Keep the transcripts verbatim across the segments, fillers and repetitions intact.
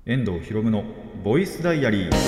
遠藤ひろむのボイスダイアリー。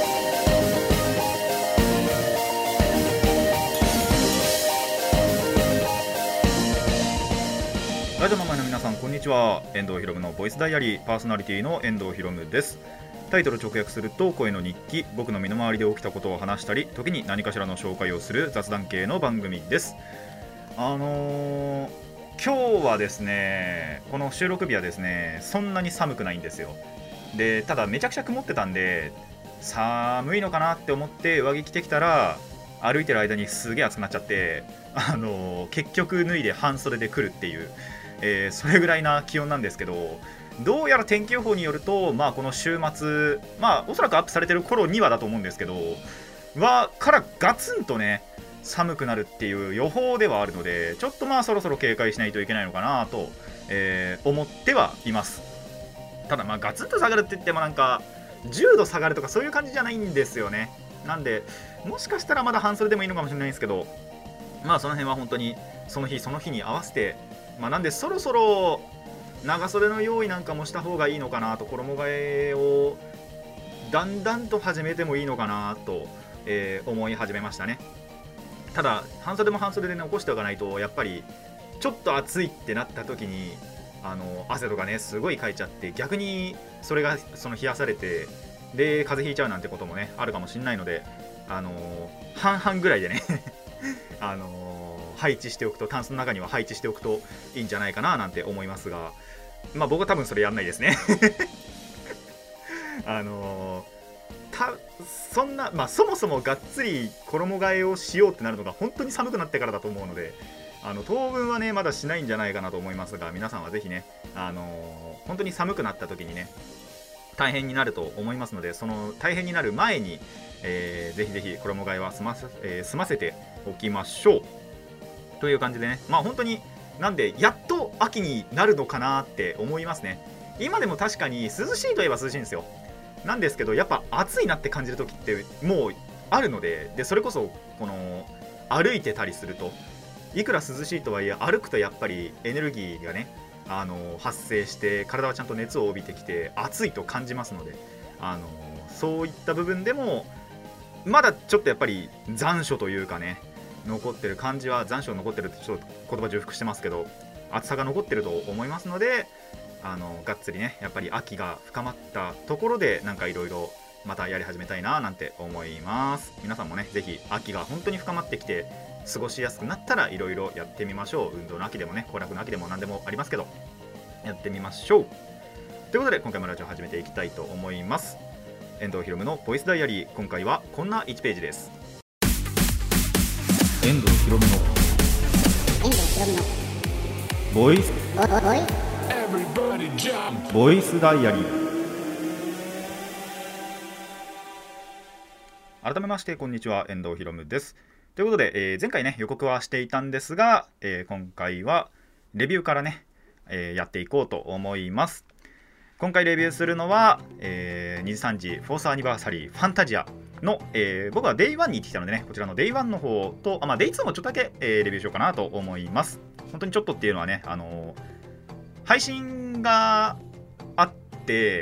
ラジオの前の皆さんこんにちは。遠藤ひろむのボイスダイアリーパーソナリティの遠藤ひろむです。タイトル直訳すると声の日記、僕の身の回りで起きたことを話したり、時に何かしらの紹介をする雑談系の番組です。あのー、今日はですね、この収録日はですね、そんなに寒くないんですよ。で、ただめちゃくちゃ曇ってたんで寒いのかなって思って上着着てきたら、歩いてる間にすげえ暑くなっちゃって、あのー、結局脱いで半袖で来るっていう、えー、それぐらいな気温なんですけど、どうやら天気予報によると、まあ、この週末、まあ、おそらくアップされてる頃にはだと思うんですけどはからガツンとね寒くなるっていう予報ではあるので、ちょっとまあそろそろ警戒しないといけないのかなと、えー、思ってはいます。ただまあガツンと下がるって言ってもなんかじゅうど下がるとかそういう感じじゃないんですよね。なんでもしかしたらまだ半袖でもいいのかもしれないんですけど、まあその辺は本当にその日その日に合わせて、まあなんでそろそろ長袖の用意なんかもした方がいいのかなと、衣替えをだんだんと始めてもいいのかなと、えー、思い始めましたね。ただ半袖も半袖でね起こしておかないと、やっぱりちょっと暑いってなった時にあの汗とかねすごいかいちゃって、逆にそれがその冷やされてで風邪ひいちゃうなんてこともねあるかもしれないので、あのー、半々ぐらいでねあのー、配置しておくと、タンスの中には配置しておくといいんじゃないかななんて思いますが、まあ僕は多分それやんないですねあのー、たそんな、まあそもそもがっつり衣替えをしようってなるのが本当に寒くなってからだと思うので、あの当分はねまだしないんじゃないかなと思いますが、皆さんはぜひね、あのー、本当に寒くなった時にね大変になると思いますので、その大変になる前に、えー、ぜひぜひ衣替えは済ませ、えー、済ませておきましょうという感じでね、まあ本当になんでやっと秋になるのかなって思いますね。今でも確かに涼しいといえば涼しいんですよ。なんですけどやっぱ暑いなって感じる時ってもうあるので、でそれこそこの歩いてたりすると、いくら涼しいとはいえ歩くとやっぱりエネルギーがねあの発生して体はちゃんと熱を帯びてきて暑いと感じますので、あのそういった部分でもまだちょっとやっぱり残暑というかね残ってる感じは、残暑残ってるってちょっと言葉重複してますけど暑さが残ってると思いますので、あのがっつりねやっぱり秋が深まったところでなんかいろいろまたやり始めたいななんて思います。皆さんもねぜひ秋が本当に深まってきて過ごしやすくなったらいろいろやってみましょう。運動の秋でもね行楽の秋でも何でもありますけどやってみましょうということで、今回もラジオ始めていきたいと思います。遠藤ひろむのボイスダイアリー、今回はこんないちページです。遠藤ひろむのボイスボイスダイアリー。改めましてこんにちは、遠藤ひろむです。ということで、えー、前回ね予告はしていたんですが、えー、今回はレビューからね、えー、やっていこうと思います。今回レビューするのは、えー、にじさんじフォースアニバーサリーファンタジアの、えー、僕は デイワン に行ってきたのでね、こちらの デイワン の方と、あ、まあ、デイツー もちょっとだけ、えー、レビューしようかなと思います。本当にちょっとっていうのはね、あのー、配信があって、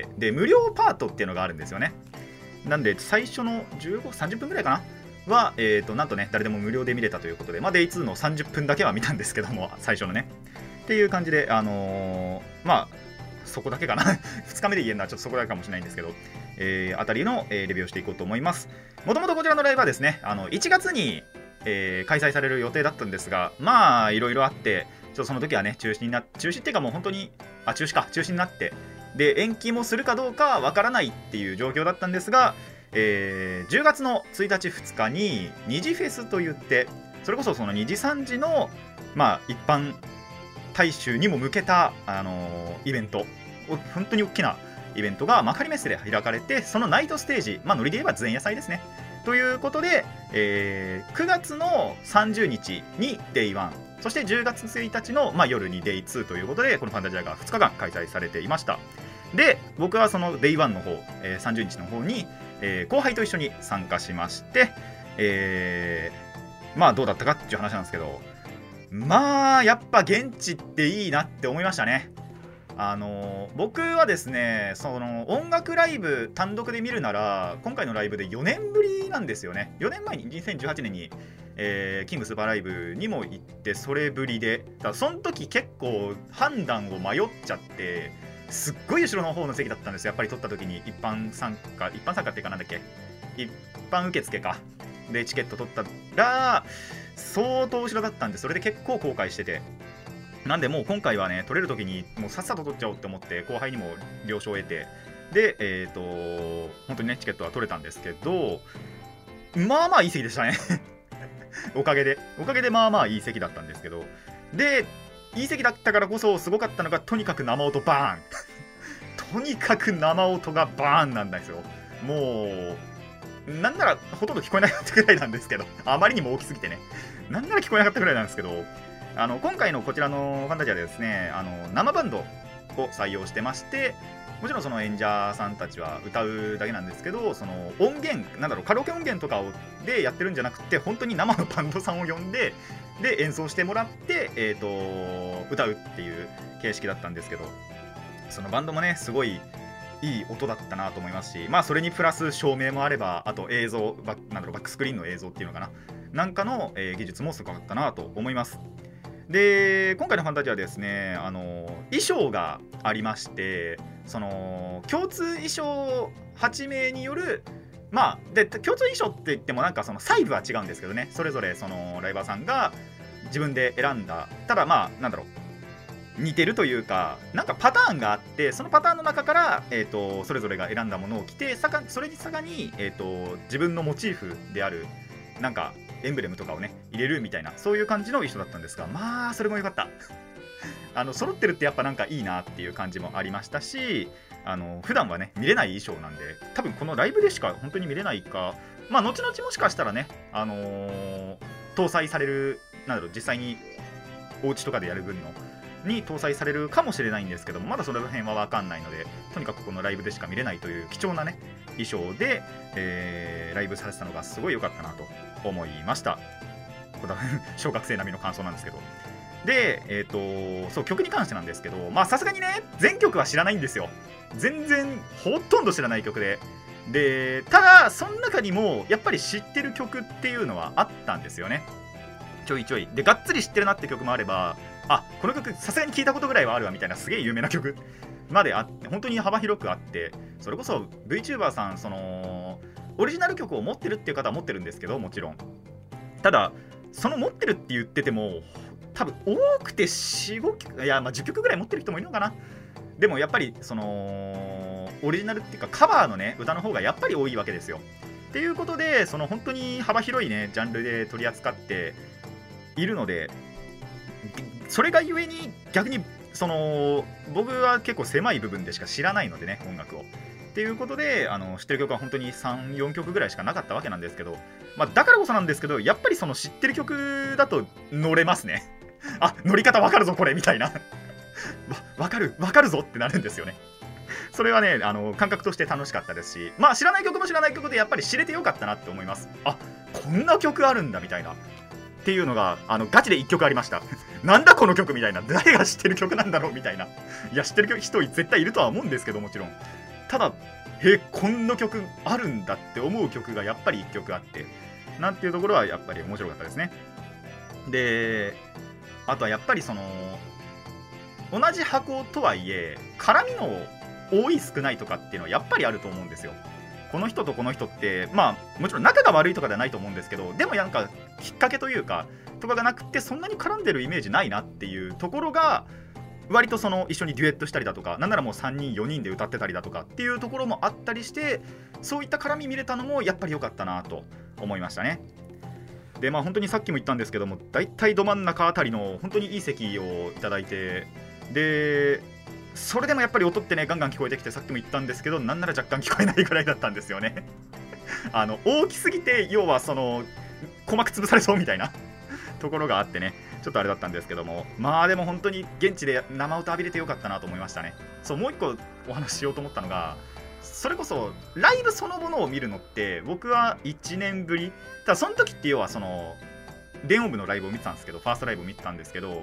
で無料パートっていうのがあるんですよね。なんで最初のじゅうご、さんじゅっぷんぐらいかなは、えーと、なんとね誰でも無料で見れたということで、まあ、デイツー のさんじゅっぷんだけは見たんですけども、最初のねっていう感じで、あのー、まあそこだけかなふつかめで言えるのはちょっとそこだけかもしれないんですけど、えー、あたりの、えー、レビューをしていこうと思います。もともとこちらのライブはですね、あのいちがつに、えー、開催される予定だったんですが、まあいろいろあってちょっとその時はね中止にな中止っていうかもう本当にあ中止か中止になって、で延期もするかどうかわからないっていう状況だったんですが、えー、じゅうがつのついたちふつかに二次フェスといって、それこそそのにじさんじの、まあ、一般大衆にも向けた、あのー、イベント、本当に大きなイベントが幕張メッセで開かれて、そのナイトステージ、まあノリで言えば前夜祭ですねということで、えー、くがつのさんじゅうにちに デイワン、 そしてじゅうがつついたちの、まあ、夜に デイツー ということで、このファンタジアがふつかかん開催されていました。で僕はその デイワン の方、えー、さんじゅうにちの方に、えー、後輩と一緒に参加しまして、えー、まあどうだったかっていう話なんですけど、まあやっぱ現地っていいなって思いましたね。 あの僕はですね、その音楽ライブ単独で見るなら今回のライブでよねんぶりなんですよね。よねんまえににせんじゅうはちねんに、えー、キングスーパーライブにも行って、それぶりで、だからその時結構判断を迷っちゃって、すっごい後ろの方の席だったんですよ。やっぱり撮った時に一般参加一般参加っていうかなんだっけ、一般受付かでチケット取ったら相当後ろだったんで、それで結構後悔してて、なんでもう今回はね、取れる時にもうさっさと取っちゃおうって思って後輩にも了承を得て、でえっ、ー、と本当にねチケットは取れたんですけど、まあまあいい席でしたねおかげでおかげでまあまあいい席だったんですけど、でいい席だったからこそすごかったのが、とにかく生音バーンとにかく生音がバーンなんですよ。もうなんならほとんど聞こえなかったくらいなんですけど、あまりにも大きすぎてね、なんなら聞こえなかったくらいなんですけど、あの今回のこちらのファンタジアでですね、あの生バンドを採用してまして、もちろんその演者さんたちは歌うだけなんですけど、その音源なんだろう、カラオケ音源とかをでやってるんじゃなくて、本当に生のバンドさんを呼んでで演奏してもらって、えー、と歌うっていう形式だったんですけど、そのバンドもねすごいいい音だったなと思いますし、まあそれにプラス照明もあれば、あと映像バッなんだろうバックスクリーンの映像っていうのかな、なんかの、えー技術もすごかったなと思います。で今回のファンタジアはですね、あの衣装がありまして、その共通衣装はちめいによる、まあで共通衣装って言ってもなんかその細部は違うんですけどね、それぞれそのライバーさんが自分で選んだ、ただまあなんだろう、似てるというか、なんかパターンがあって、そのパターンの中から、えー、とそれぞれが選んだものを着て、さかそれにさらに、えー、と自分のモチーフであるなんかエンブレムとかをね入れるみたいな、そういう感じの衣装だったんですが、まあそれも良かったあの揃ってるってやっぱなんかいいなっていう感じもありましたし、あの普段はね見れない衣装なんで、多分このライブでしか本当に見れないか、まあ後々もしかしたらね、あのー搭載される、なんだろう、実際にお家とかでやる分のに搭載されるかもしれないんですけども、まだその辺は分かんないので、とにかくこのライブでしか見れないという貴重なね衣装で、えーライブされてたのがすごい良かったなと思いました。これは小学生並みの感想なんですけど、でえっ、とそう曲に関してなんですけど、まあさすがにね全曲は知らないんですよ。全然ほとんど知らない曲で、でただその中にもやっぱり知ってる曲っていうのはあったんですよね、ちょいちょいで。がっつり知ってるなって曲もあれば、あこの曲さすがに聞いたことぐらいはあるわみたいなすげえ有名な曲まであって、本当に幅広くあって、それこそ VTuber さん、そのオリジナル曲を持ってるっていう方は持ってるんですけど、もちろんただその持ってるって言ってても多分多くてよん、ごきょく、いやまあじゅっきょくぐらい持ってる人もいるのかな。でもやっぱりそのオリジナルっていうかカバーのね歌の方がやっぱり多いわけですよ。っていうことで、その本当に幅広いねジャンルで取り扱っているので、それがゆえに逆にその僕は結構狭い部分でしか知らないのでね、音楽を。っていうことで、あの知ってる曲は本当にさん、よんきょくぐらいしかなかったわけなんですけど、まあ、だからこそなんですけど、やっぱりその知ってる曲だと乗れますねあ、乗り方わかるぞこれみたいなわ、わかるわかるぞってなるんですよね。それはね、あの感覚として楽しかったですし、まあ知らない曲も知らない曲でやっぱり知れてよかったなって思います。あ、こんな曲あるんだみたいなっていうのが、あのガチでいっきょくありましたなんだこの曲みたいな、誰が知ってる曲なんだろうみたいな。いや知ってる人絶対いるとは思うんですけど、もちろんただえこんな曲あるんだって思う曲がやっぱりいっきょくあって、なんていうところはやっぱり面白かったですね。であとはやっぱりその同じ箱とはいえ絡みの多い少ないとかっていうのはやっぱりあると思うんですよ。この人とこの人ってまあもちろん仲が悪いとかではないと思うんですけど、でもなんかきっかけというかとかがなくて、そんなに絡んでるイメージないなっていうところが割とその一緒にデュエットしたりだとか、なんならもうさんにんよにんで歌ってたりだとかっていうところもあったりして、そういった絡み見れたのもやっぱり良かったなと思いましたね。でまあ本当にさっきも言ったんですけども、だいたいど真ん中あたりの本当にいい席をいただいて、でそれでもやっぱり音ってねガンガン聞こえてきて、さっきも言ったんですけど、なんなら若干聞こえないぐらいだったんですよねあの大きすぎて、要はその鼓膜潰されそうみたいなところがあってね、ちょっとあれだったんですけども、まあでも本当に現地で生歌浴びれてよかったなと思いましたね。そう、もう一個お話ししようと思ったのが、それこそライブそのものを見るのって僕はいちねんぶり、ただその時って要はその電音部のライブを見てたんですけど、ファーストライブを見てたんですけど、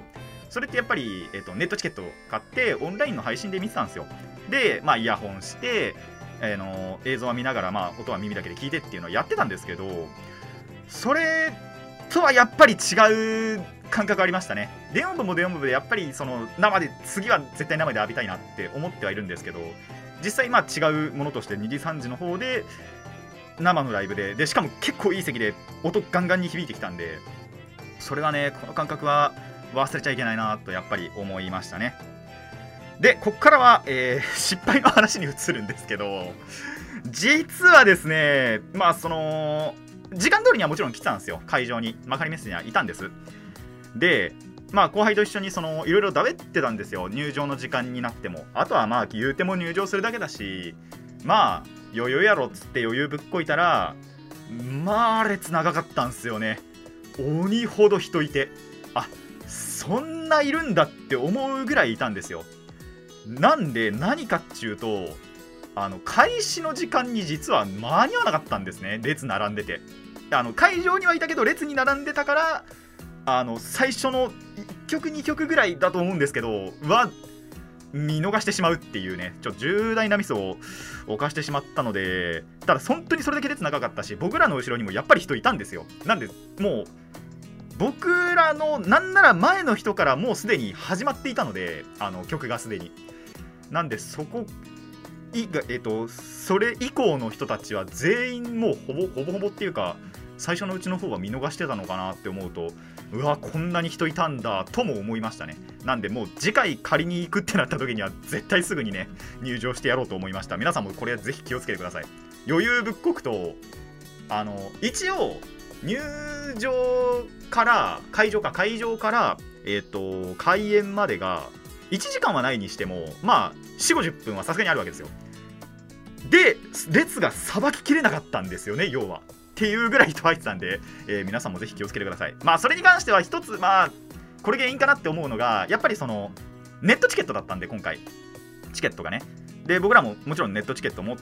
それってやっぱり、えーと、ネットチケットを買ってオンラインの配信で見てたんですよ。で、まあ、イヤホンして、えー、の映像は見ながら、まあ、音は耳だけで聞いてっていうのをやってたんですけど、それとはやっぱり違う感覚ありましたね。電音部も電音部でやっぱりその生で次は絶対生で浴びたいなって思ってはいるんですけど、実際まあ違うものとしてにじさんじの方で生のライブで、でしかも結構いい席で音ガンガンに響いてきたんで、それはね、この感覚は忘れちゃいけないなとやっぱり思いましたね。でこっからは、えー、失敗の話に移るんですけど、実はですね、まあその時間通りにはもちろん来てたんですよ。会場に幕張メッセにはいたんです。でまあ後輩と一緒にそのいろいろだべってたんですよ。入場の時間になっても、あとはまあ言うても入場するだけだし、まあ余裕やろっつって余裕ぶっこいたら、まあ列長かったんすよね。鬼ほど人いて、あ、そんないるんだって思うぐらいいたんですよ。なんで何かっちゅうと、あの開始の時間に実は間に合わなかったんですね。列並んでて、あの会場にはいたけど列に並んでたから、あの最初のいっきょくにきょくぐらいだと思うんですけどは見逃してしまうっていうね、ちょっと重大なミスを犯してしまったので、ただ本当にそれだけ列長かったし、僕らの後ろにもやっぱり人いたんですよ。なんでもう僕らのなんなら前の人からもうすでに始まっていたので、あの曲がすでに、なんでそこいが、えっと、それ以降の人たちは全員もうほぼほぼほぼっていうか、最初のうちの方は見逃してたのかなって思うと、うわこんなに人いたんだとも思いましたね。なんでもう次回借りに行くってなった時には絶対すぐにね入場してやろうと思いました。皆さんもこれぜひ気をつけてください。余裕ぶっこくと、あの一応入場から会場か会場からえっと開演までがいちじかんはないにしても、まあ よんじゅうごじゅっぷんはさすがにあるわけですよ。で列がさばききれなかったんですよね、要はっていうぐらい人入ってたんで、えー、皆さんもぜひ気をつけてください。まあそれに関しては一つ、まあこれ原因かなって思うのが、やっぱりそのネットチケットだったんで、今回チケットがね、で僕らももちろんネットチケット持って、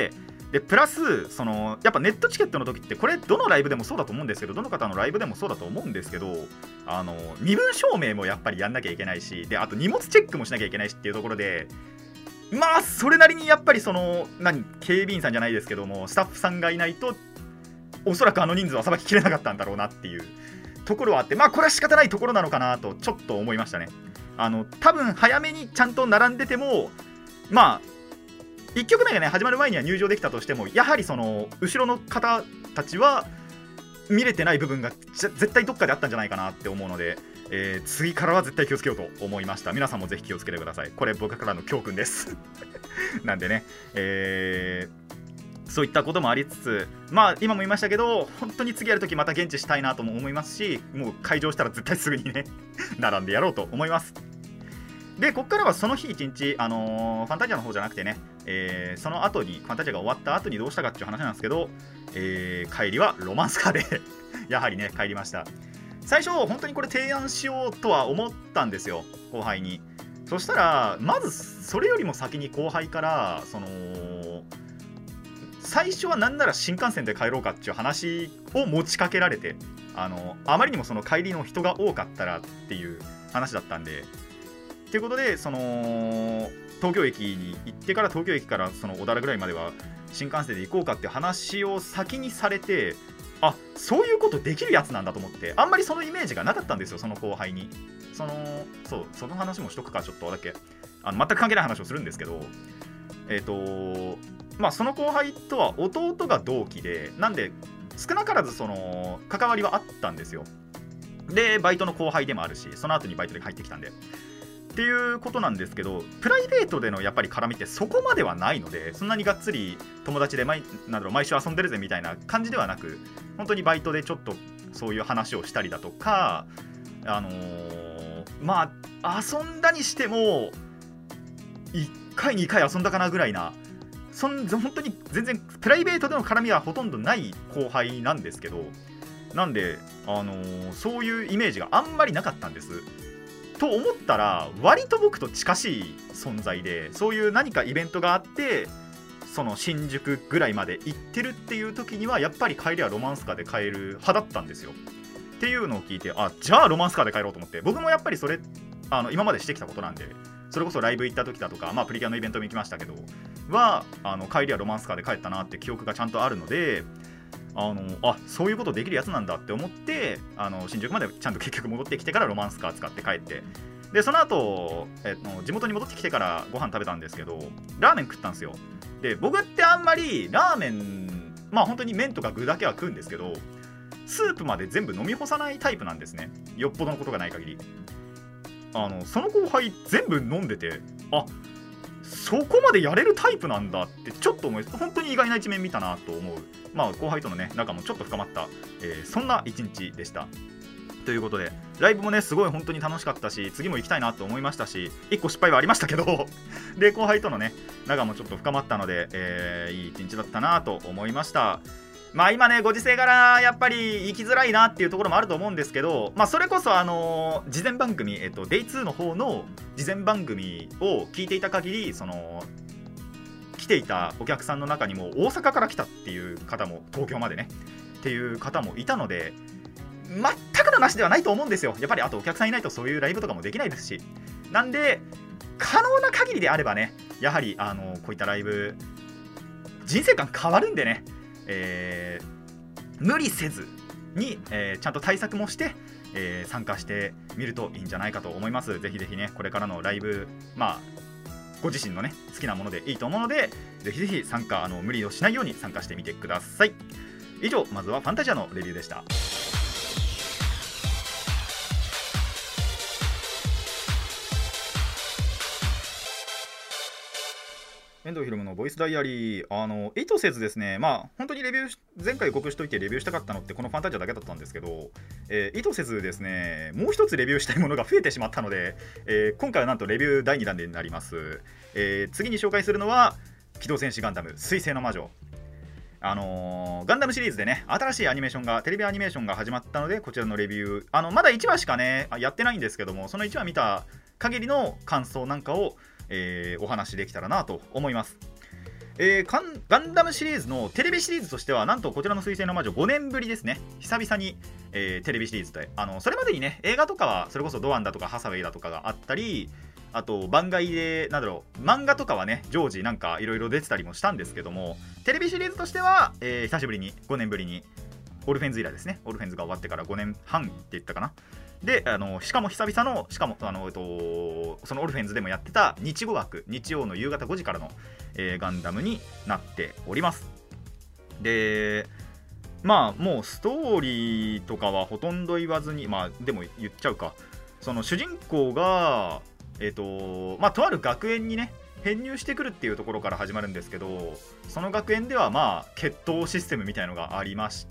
でプラスそのやっぱネットチケットの時って、これどのライブでもそうだと思うんですけど、どの方のライブでもそうだと思うんですけど、あの身分証明もやっぱりやんなきゃいけないし、であと荷物チェックもしなきゃいけないしっていうところで、まあそれなりにやっぱりその何警備員さんじゃないですけども、スタッフさんがいないとおそらくあの人数はさばききれなかったんだろうなっていうところはあって、まあこれは仕方ないところなのかなとちょっと思いましたね。あの多分早めにちゃんと並んでても、まあいっきょくめがね始まる前には入場できたとしても、やはりその後ろの方たちは見れてない部分が絶対どっかであったんじゃないかなって思うので、えー、次からは絶対気をつけようと思いました。皆さんもぜひ気をつけてください。これ僕からの教訓ですなんでね、えー、そういったこともありつつ、まあ今も言いましたけど、本当に次やるときまた現地したいなとも思いますし、もう会場したら絶対すぐにね並んでやろうと思います。でここからはその日一日、あのー、ファンタジアの方じゃなくてね、えー、その後にファンタジアが終わった後にどうしたかっていう話なんですけど、えー、帰りはロマンスカーでやはりね帰りました。最初本当にこれ提案しようとは思ったんですよ、後輩に。そしたらまずそれよりも先に後輩からその最初はなんなら新幹線で帰ろうかっていう話を持ちかけられて、あのあまりにもその帰りの人が多かったらっていう話だったんで、ということでその東京駅に行ってから、東京駅からその小田原ぐらいまでは新幹線で行こうかっていう話を先にされて、あ、そういうことできるやつなんだと思って、あんまりそのイメージがなかったんですよ、その後輩に。そのそうその話もしとくか、ちょっとだけあの全く関係ない話をするんですけど、えっとまあその後輩とは弟が同期で、なんで少なからずその関わりはあったんですよ。でバイトの後輩でもあるし、その後にバイトで入ってきたんでっていうことなんですけど、プライベートでのやっぱり絡みってそこまではないので、そんなにがっつり友達で 毎, なんだろう毎週遊んでるぜみたいな感じではなく、本当にバイトでちょっとそういう話をしたりだとか、あのー、まあ遊んだにしてもいっかいにかい遊んだかなぐらいな、そん本当に全然プライベートでの絡みはほとんどない後輩なんですけど、なんで、あのー、そういうイメージがあんまりなかったんです。と思ったら割と僕と近しい存在で、そういう何かイベントがあってその新宿ぐらいまで行ってるっていう時にはやっぱり帰りはロマンスカーで帰る派だったんですよ。っていうのを聞いて、あ、じゃあロマンスカーで帰ろうと思って、僕もやっぱりそれあの今までしてきたことなんで、それこそライブ行った時だとか、まあ、プリキュアのイベントも行きましたけどはあの帰りはロマンスカーで帰ったなって記憶がちゃんとあるので、あのあそういうことできるやつなんだって思って、あの新宿までちゃんと結局戻ってきてからロマンスカー使って帰って、でその後、えっと地元に戻ってきてからご飯食べたんですけど、ラーメン食ったんですよ。で僕ってあんまりラーメン、まあ本当に麺とか具だけは食うんですけど、スープまで全部飲み干さないタイプなんですね、よっぽどのことがない限り。あのその後輩全部飲んでて、あそこまでやれるタイプなんだってちょっと思い、本当に意外な一面見たなと思う、まあ後輩とのね仲もちょっと深まった、えー、そんな一日でした。ということでライブもねすごい本当に楽しかったし、次も行きたいなと思いましたし、いっこ失敗はありましたけどで後輩とのね仲もちょっと深まったので、えー、いい一日だったなと思いました。まあ今ねご時世柄やっぱり行きづらいなっていうところもあると思うんですけど、まあそれこそあのー、事前番組、えっと、デイツー の方の事前番組を聞いていた限り、その来ていたお客さんの中にも大阪から来たっていう方も、東京までねっていう方もいたので、全くのなしではないと思うんですよ。やっぱりあとお客さんいないとそういうライブとかもできないですし、なんで可能な限りであればね、やはりあのこういったライブ人生観変わるんでね、えー、無理せずに、えー、ちゃんと対策もして、えー、参加してみるといいんじゃないかと思います。ぜひぜひねこれからのライブ、まあご自身のね好きなものでいいと思うので、ぜひぜひ参加、あの無理をしないように参加してみてください。以上、まずはファンタジアのレビューでした。遠藤ひろむのボイスダイアリー、あの意図せずですね、まあ本当にレビュー前回予告しといてレビューしたかったのってこのファンタジアだけだったんですけど、えー、意図せずですねもう一つレビューしたいものが増えてしまったので、えー、今回はなんとレビューだいにだんになります。えー、次に紹介するのは機動戦士ガンダム水星の魔女。あのー、ガンダムシリーズでね新しいアニメーションがテレビアニメーションが始まったので、こちらのレビュー、あのまだいちわしかねやってないんですけども、そのいちわ見た限りの感想なんかをえー、お話できたらなと思います。えー、ガンダムシリーズのテレビシリーズとしてはなんとこちらの水星の魔女ごねんぶりですね。久々に、えー、テレビシリーズで、あのそれまでにね映画とかはそれこそドアンだとかハサウェイだとかがあったり、あと番外でなんだろう漫画とかはね常時なんかいろいろ出てたりもしたんですけども、テレビシリーズとしては、えー、久しぶりにごねんぶりにオルフェンズ以来ですね。オルフェンズが終わってからごねんはんって言ったかな。であのしかも久々のしかもあの、えっと、そのオルフェンズでもやってた日語枠、日曜の夕方ごじからの、えー、ガンダムになっております。でまあもうストーリーとかはほとんど言わずに、まあでも言っちゃうか、その主人公がえっとまあとある学園にね編入してくるっていうところから始まるんですけど、その学園ではまあ決闘システムみたいのがありまして、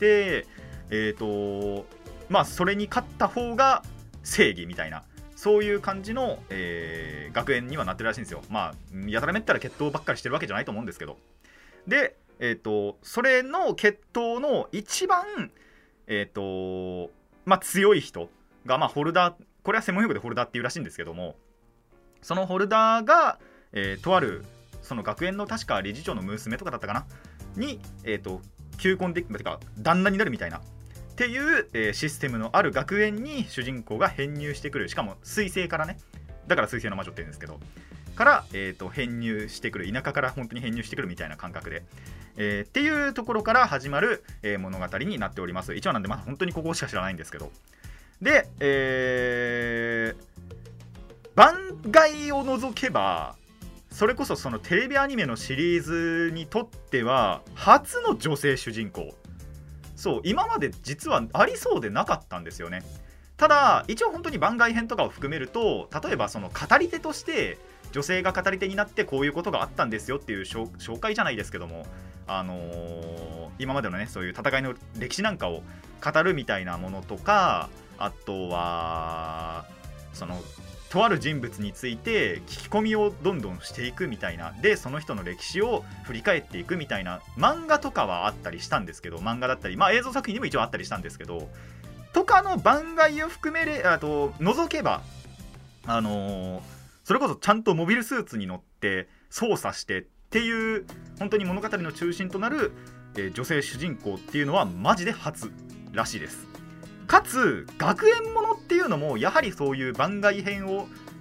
えっとまあそれに勝った方が正義みたいな、そういう感じの、えー、学園にはなってるらしいんですよ。まあやたらめったら決闘ばっかりしてるわけじゃないと思うんですけど、でえっとそれの決闘の一番えっとまあ強い人が、まあホルダー、これは専門用語でホルダーっていうらしいんですけども、そのホルダーが、えー、とあるその学園の確か理事長の娘とかだったかなに、えー、と求婚できてか旦那になるみたいなっていう、えー、システムのある学園に主人公が編入してくる。しかも水星からね、だから水星の魔女って言うんですけどから、えー、と編入してくる、田舎から本当に編入してくるみたいな感覚で、えー、っていうところから始まる、えー、物語になっております。いちわなんでまだ本当にここしか知らないんですけど、で、えー、番外を除けばそれこそそのテレビアニメのシリーズにとっては初の女性主人公。そう今まで実はありそうでなかったんですよね。ただ一応本当に番外編とかを含めると、例えばその語り手として女性が語り手になってこういうことがあったんですよっていう紹介じゃないですけども、あのー、今までのねそういう戦いの歴史なんかを語るみたいなものとか、あとはそのとある人物について聞き込みをどんどんしていくみたいな、でその人の歴史を振り返っていくみたいな漫画とかはあったりしたんですけど、漫画だったり、まあ、映像作品にも一応あったりしたんですけど、とかの番外を含めれあと除けば、あのー、それこそちゃんとモビルスーツに乗って操作してっていう本当に物語の中心となる、えー、女性主人公っていうのはマジで初らしいです。かつ学園ものっていうのもやはりそういう番外編を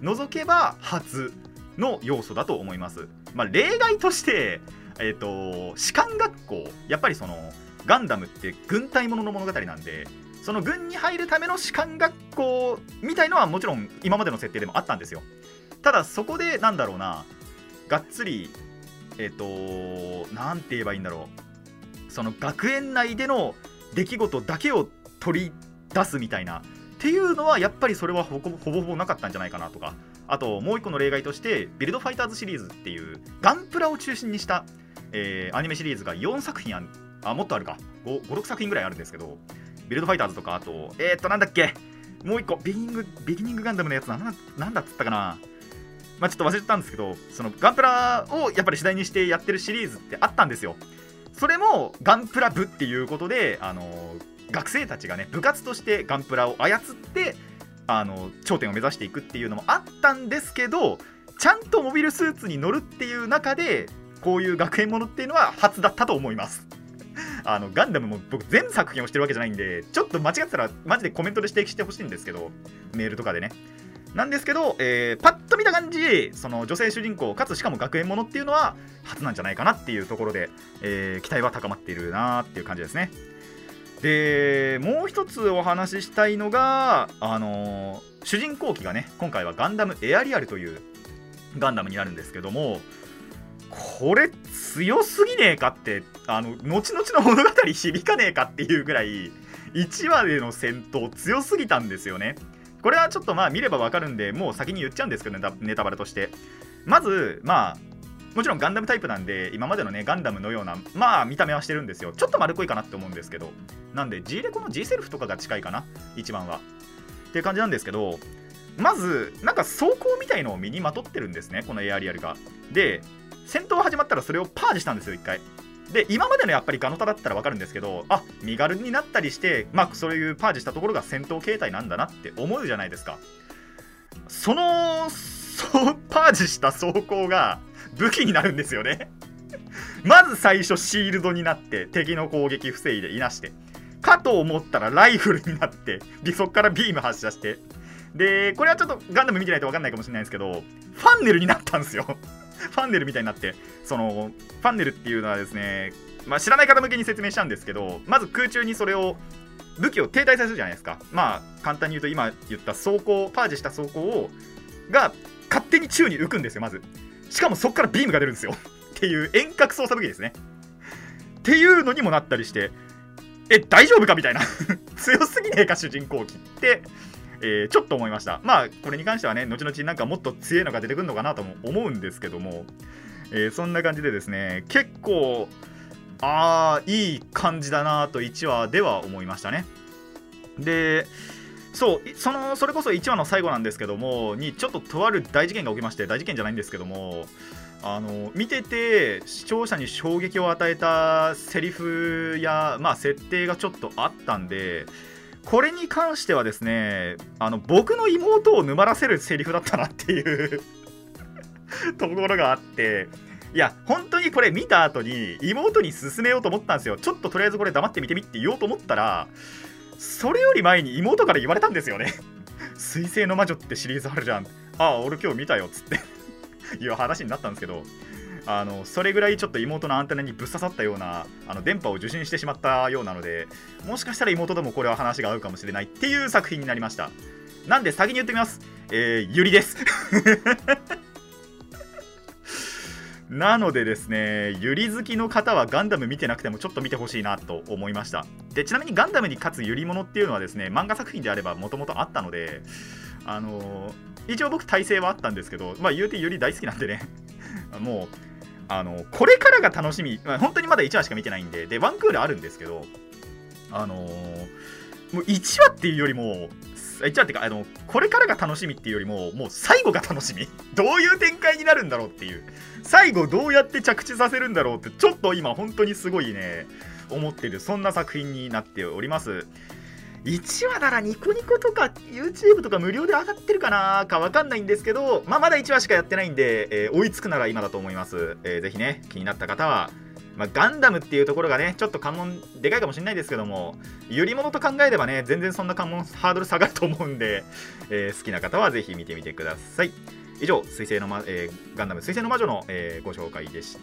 除けば初の要素だと思います。まあ、例外として、えーと、士官学校、やっぱりそのガンダムって軍隊ものの物語なんで、その軍に入るための士官学校みたいのはもちろん今までの設定でもあったんですよ。ただそこでなんだろうな、がっつりえっ、ー、となんて言えばいいんだろう、その学園内での出来事だけを取り出すみたいなっていうのはやっぱりそれはほぼほぼほぼなかったんじゃないかなとか、あともう一個の例外としてビルドファイターズシリーズっていうガンプラを中心にした、えー、アニメシリーズがよんさく品ああもっとあるか ご、ご、ろくさく品ぐらいあるんですけど、ビルドファイターズとか、あとえっ、ー、となんだっけ、もう一個ビギニングビギニングガンダムのやつな、なんだっつったかな、まあ、ちょっと忘れてたんですけど、そのガンプラをやっぱり主題にしてやってるシリーズってあったんですよ。それもガンプラ部っていうことで、あのー、学生たちがね部活としてガンプラを操ってあの頂点を目指していくっていうのもあったんですけど、ちゃんとモビルスーツに乗るっていう中でこういう学園ものっていうのは初だったと思います。あのガンダムも僕全作品をしてるわけじゃないんで、ちょっと間違ってたらマジでコメントで指摘してほしいんですけど、メールとかでねなんですけど、えー、パッと見た感じ、その女性主人公かつしかも学園ものっていうのは初なんじゃないかなっていうところで、えー、期待は高まっているなっていう感じですね。でもう一つお話ししたいのが、あのー、主人公機がね今回はガンダムエアリアルというガンダムになるんですけども、これ強すぎねえかって、あの後々の物語響かねえかっていうぐらいいちわでの戦闘強すぎたんですよね。これはちょっとまあ見ればわかるんでもう先に言っちゃうんですけど、ね、ネタバレとして、まずまあもちろんガンダムタイプなんで今までのねガンダムのようなまあ見た目はしてるんですよ。ちょっと丸っこいかなって思うんですけど、なんで G レコの G セルフとかが近いかな一番はっていう感じなんですけど、まずなんか装甲みたいのを身にまとってるんですねこのエアリアルが。で戦闘始まったらそれをパージしたんですよ一回で。今までのやっぱりガノタだったら分かるんですけど、あ身軽になったりしてまあそういうパージしたところが戦闘形態なんだなって思うじゃないですか。そのそうパージした装甲が武器になるんですよね。まず最初シールドになって敵の攻撃防いでいなしてかと思ったらライフルになってそこからビーム発射して、でこれはちょっとガンダム見てないと分かんないかもしれないんですけど、ファンネルになったんですよ。ファンネルみたいになって、そのファンネルっていうのはですね、まあ、知らない方向けに説明したんですけど、まず空中にそれを武器を停滞させるじゃないですか。まあ簡単に言うと今言った装甲パージした装甲をが勝手に宙に浮くんですよまず。しかもそこからビームが出るんですよっていう遠隔操作武器ですねっていうのにもなったりして、え大丈夫かみたいな強すぎねえか主人公機って、えー、ちょっと思いました。まあこれに関してはね後々なんかもっと強いのが出てくるのかなとも思うんですけども、えー、そんな感じでですね結構あーいい感じだなといちわでは思いましたね。でそうそのそれこそいちわの最後なんですけどもにちょっととある大事件が起きまして、大事件じゃないんですけども、あの見てて視聴者に衝撃を与えたセリフや、まあ、設定がちょっとあったんで、これに関してはですねあの僕の妹を沼らせるセリフだったなっていうところがあって、いや本当にこれ見た後に妹に勧めようと思ったんですよ。ちょっととりあえずこれ黙って見てみって言おうと思ったら、それより前に妹から言われたんですよね。水星の魔女ってシリーズあるじゃん、ああ俺今日見たよっつっていう話になったんですけど、あのそれぐらいちょっと妹のアンテナにぶっ刺さったような、あの電波を受信してしまったようなので、もしかしたら妹ともこれは話が合うかもしれないっていう作品になりました。なんで先に言ってみます、えー、ゆりですなのでですね、ゆり好きの方はガンダム見てなくてもちょっと見てほしいなと思いました。でちなみにガンダムに勝つゆりものっていうのはですね漫画作品であればもともとあったので、あのー、一応僕耐性はあったんですけど、まあ言うてゆり大好きなんでねもうあのこれからが楽しみ、まあ、本当にまだいちわしか見てないんで、でワンクールあるんですけど、あのー、もういちわっていうよりもいちわってかあのこれからが楽しみっていうよりももう最後が楽しみどういう展開になるんだろうっていう、最後どうやって着地させるんだろうってちょっと今本当にすごいね思ってる、そんな作品になっております。いちわならニコニコとか YouTube とか無料で上がってるかなかわかんないんですけど、まあ、まだいちわしかやってないんで、えー、追いつくなら今だと思います。えー、ぜひね気になった方は、 まあ、ガンダムっていうところがねちょっと関門でかいかもしれないですけども、ゆりものと考えればね全然そんな関門ハードル下がると思うんで、えー、好きな方はぜひ見てみてください。以上水星の、まえー、ガンダム水星の魔女の、えー、ご紹介でした。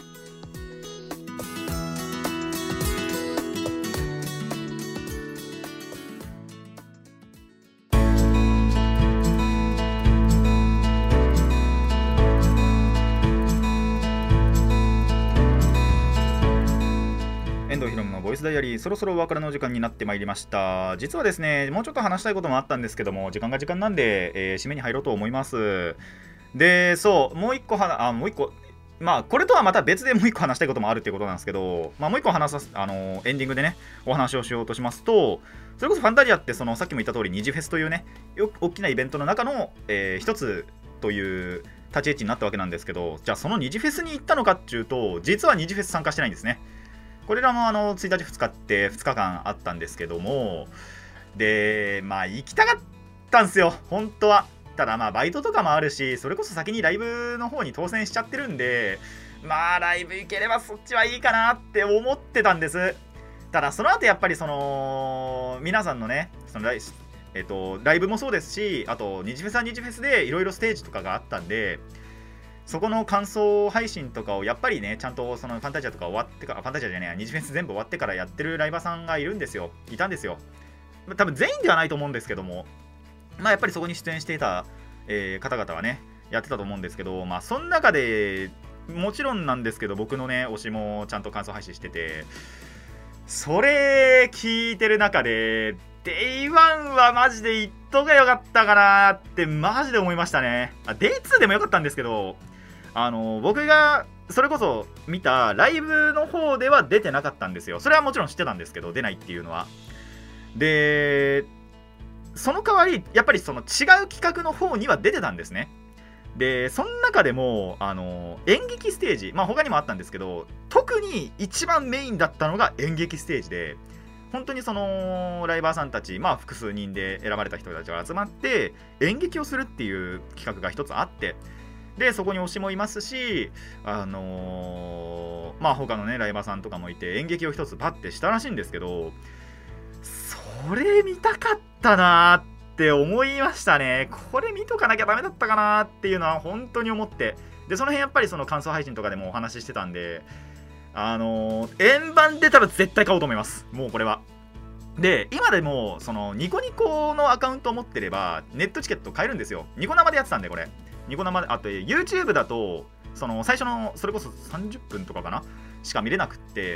ボイスダイアリー、そろそろお別れの時間になってまいりました。実はですね、もうちょっと話したいこともあったんですけども、時間が時間なんで、えー、締めに入ろうと思います。で、そう、もう一個は、あ、もう一個、まあ、これとはまた別でもう一個話したいこともあるっていうことなんですけど、まあ、もう一個話さす、あのー、エンディングでね、お話をしようとしますと、それこそファンタジアって、その、さっきも言った通り、二次フェスというね、大きなイベントの中の、えー、一つという立ち位置になったわけなんですけど、じゃあその二次フェスに行ったのかっていうと、実は二次フェス参加してないんですね。これらもあのついたちふつかってふつかかんあったんですけども、でまあ行きたかったんですよ本当は。ただまあバイトとかもあるし、それこそ先にライブの方に当選しちゃってるんで、まあライブ行ければそっちはいいかなって思ってたんです。ただその後やっぱりその皆さんのねそのライ、えっと、ライブもそうですし、あと二次フェスは二次フェスでいろいろステージとかがあったんで、そこの感想配信とかをやっぱりねちゃんとそのファンタジアとか終わってからファンタジアじゃねえ二次フェス全部終わってからやってるライバーさんがいるんですよいたんですよ。多分全員ではないと思うんですけども、まあやっぱりそこに出演していた、えー、方々はねやってたと思うんですけど、まあその中でもちろんなんですけど、僕のね推しもちゃんと感想配信してて、それ聞いてる中でデイワンはマジで行っとがよかったかなってマジで思いましたね。あ、デイツーでもよかったんですけど、あの僕がそれこそ見たライブの方では出てなかったんですよ。それはもちろん知ってたんですけど、出ないっていうのは。でその代わりやっぱりその違う企画の方には出てたんですね。でその中でもあの演劇ステージ、まあ他にもあったんですけど、特に一番メインだったのが演劇ステージで、本当にそのライバーさんたち、まあ複数人で選ばれた人たちが集まって演劇をするっていう企画が一つあって、でそこに推しもいますし、あのー、まあ他のねライバーさんとかもいて演劇を一つバッてしたらしいんですけど、それ見たかったなーって思いましたね。これ見とかなきゃダメだったかなーっていうのは本当に思って、でその辺やっぱりその感想配信とかでもお話ししてたんで、あのー、円盤出たら絶対買おうと思います。もうこれは。で今でもそのニコニコのアカウントを持ってればネットチケット買えるんですよ。ニコ生でやってたんで、これニコ生で、あと YouTube だとその最初のそれこそさんじゅっぷんとかかなしか見れなくって、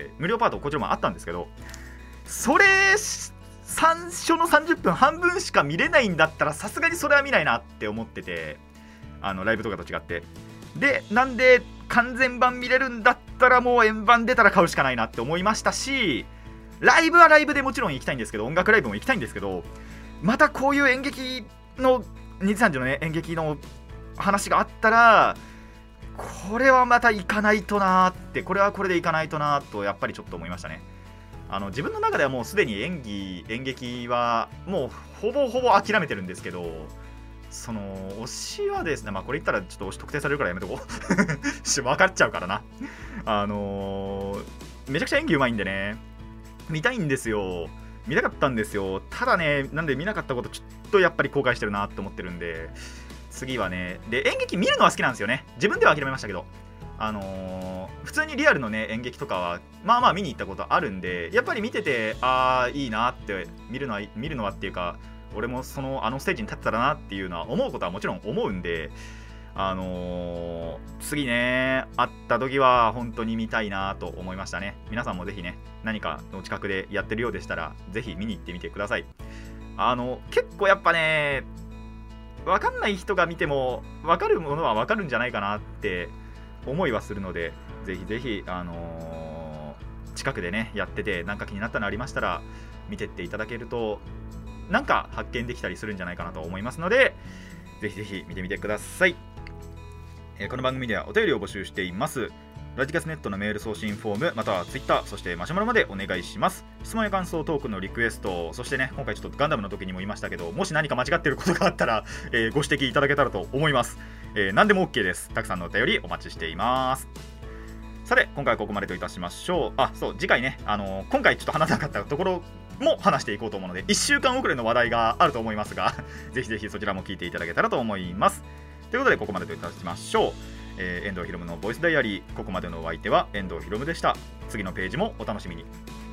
無料パートこちらもあったんですけど、それ最初のさんじゅっぷん半分しか見れないんだったらさすがにそれは見ないなって思ってて、あのライブとかと違って、でなんで完全版見れるんだったらもう円盤出たら買うしかないなって思いましたし、ライブはライブでもちろん行きたいんですけど、音楽ライブも行きたいんですけど、またこういう演劇のにじさんじのね演劇の話があったら、これはまた行かないとなーって、これはこれで行かないとなーとやっぱりちょっと思いましたね。あの自分の中ではもうすでに演技演劇はもうほぼほぼ諦めてるんですけど、その推しはですね、まあこれ言ったらちょっと推し特定されるからやめとこう分かっちゃうからな。あのー、めちゃくちゃ演技うまいんでね、見たいんですよ。見たかったんですよ。ただね、なんで見なかったことちょっとやっぱり後悔してるなって思ってるんで、次はね、で演劇見るのは好きなんですよね。自分では諦めましたけど、あのー、普通にリアルのね演劇とかはまあまあ見に行ったことあるんで、やっぱり見ててああいいなって見るのは見るのはっていうか、俺もそのあのステージに立ってたらなっていうのは思うことはもちろん思うんで、あのー、次ね会った時は本当に見たいなと思いましたね。皆さんもぜひね何かの近くでやってるようでしたらぜひ見に行ってみてください。あの結構やっぱね分かんない人が見ても分かるものは分かるんじゃないかなって思いはするので、ぜひぜひ、あのー、近くでねやってて何か気になったのありましたら見てっていただけるとなんか発見できたりするんじゃないかなと思いますので、ぜひぜひ見てみてください。えー、この番組ではお便りを募集しています。ラジキャスネットのメール送信フォームまたは Twitter、 そしてマシュマロまでお願いします。質問や感想、トークのリクエスト、そしてね今回ちょっとガンダムの時にも言いましたけど、もし何か間違っていることがあったら、えー、ご指摘いただけたらと思います。えー、何でも OK です。たくさんのお便りお待ちしています。 さて今回はここまでといたしましょう。あ、そう、次回ね、あのー今回ちょっと話さなかったところも話していこうと思うので、いっしゅうかん遅れの話題があると思いますがぜひぜひそちらも聞いていただけたらと思います。ということでここまでといたしましょう。えー、遠藤ひろむのボイスダイアリー、ここまでのお相手は遠藤ひろむでした。次のページもお楽しみに。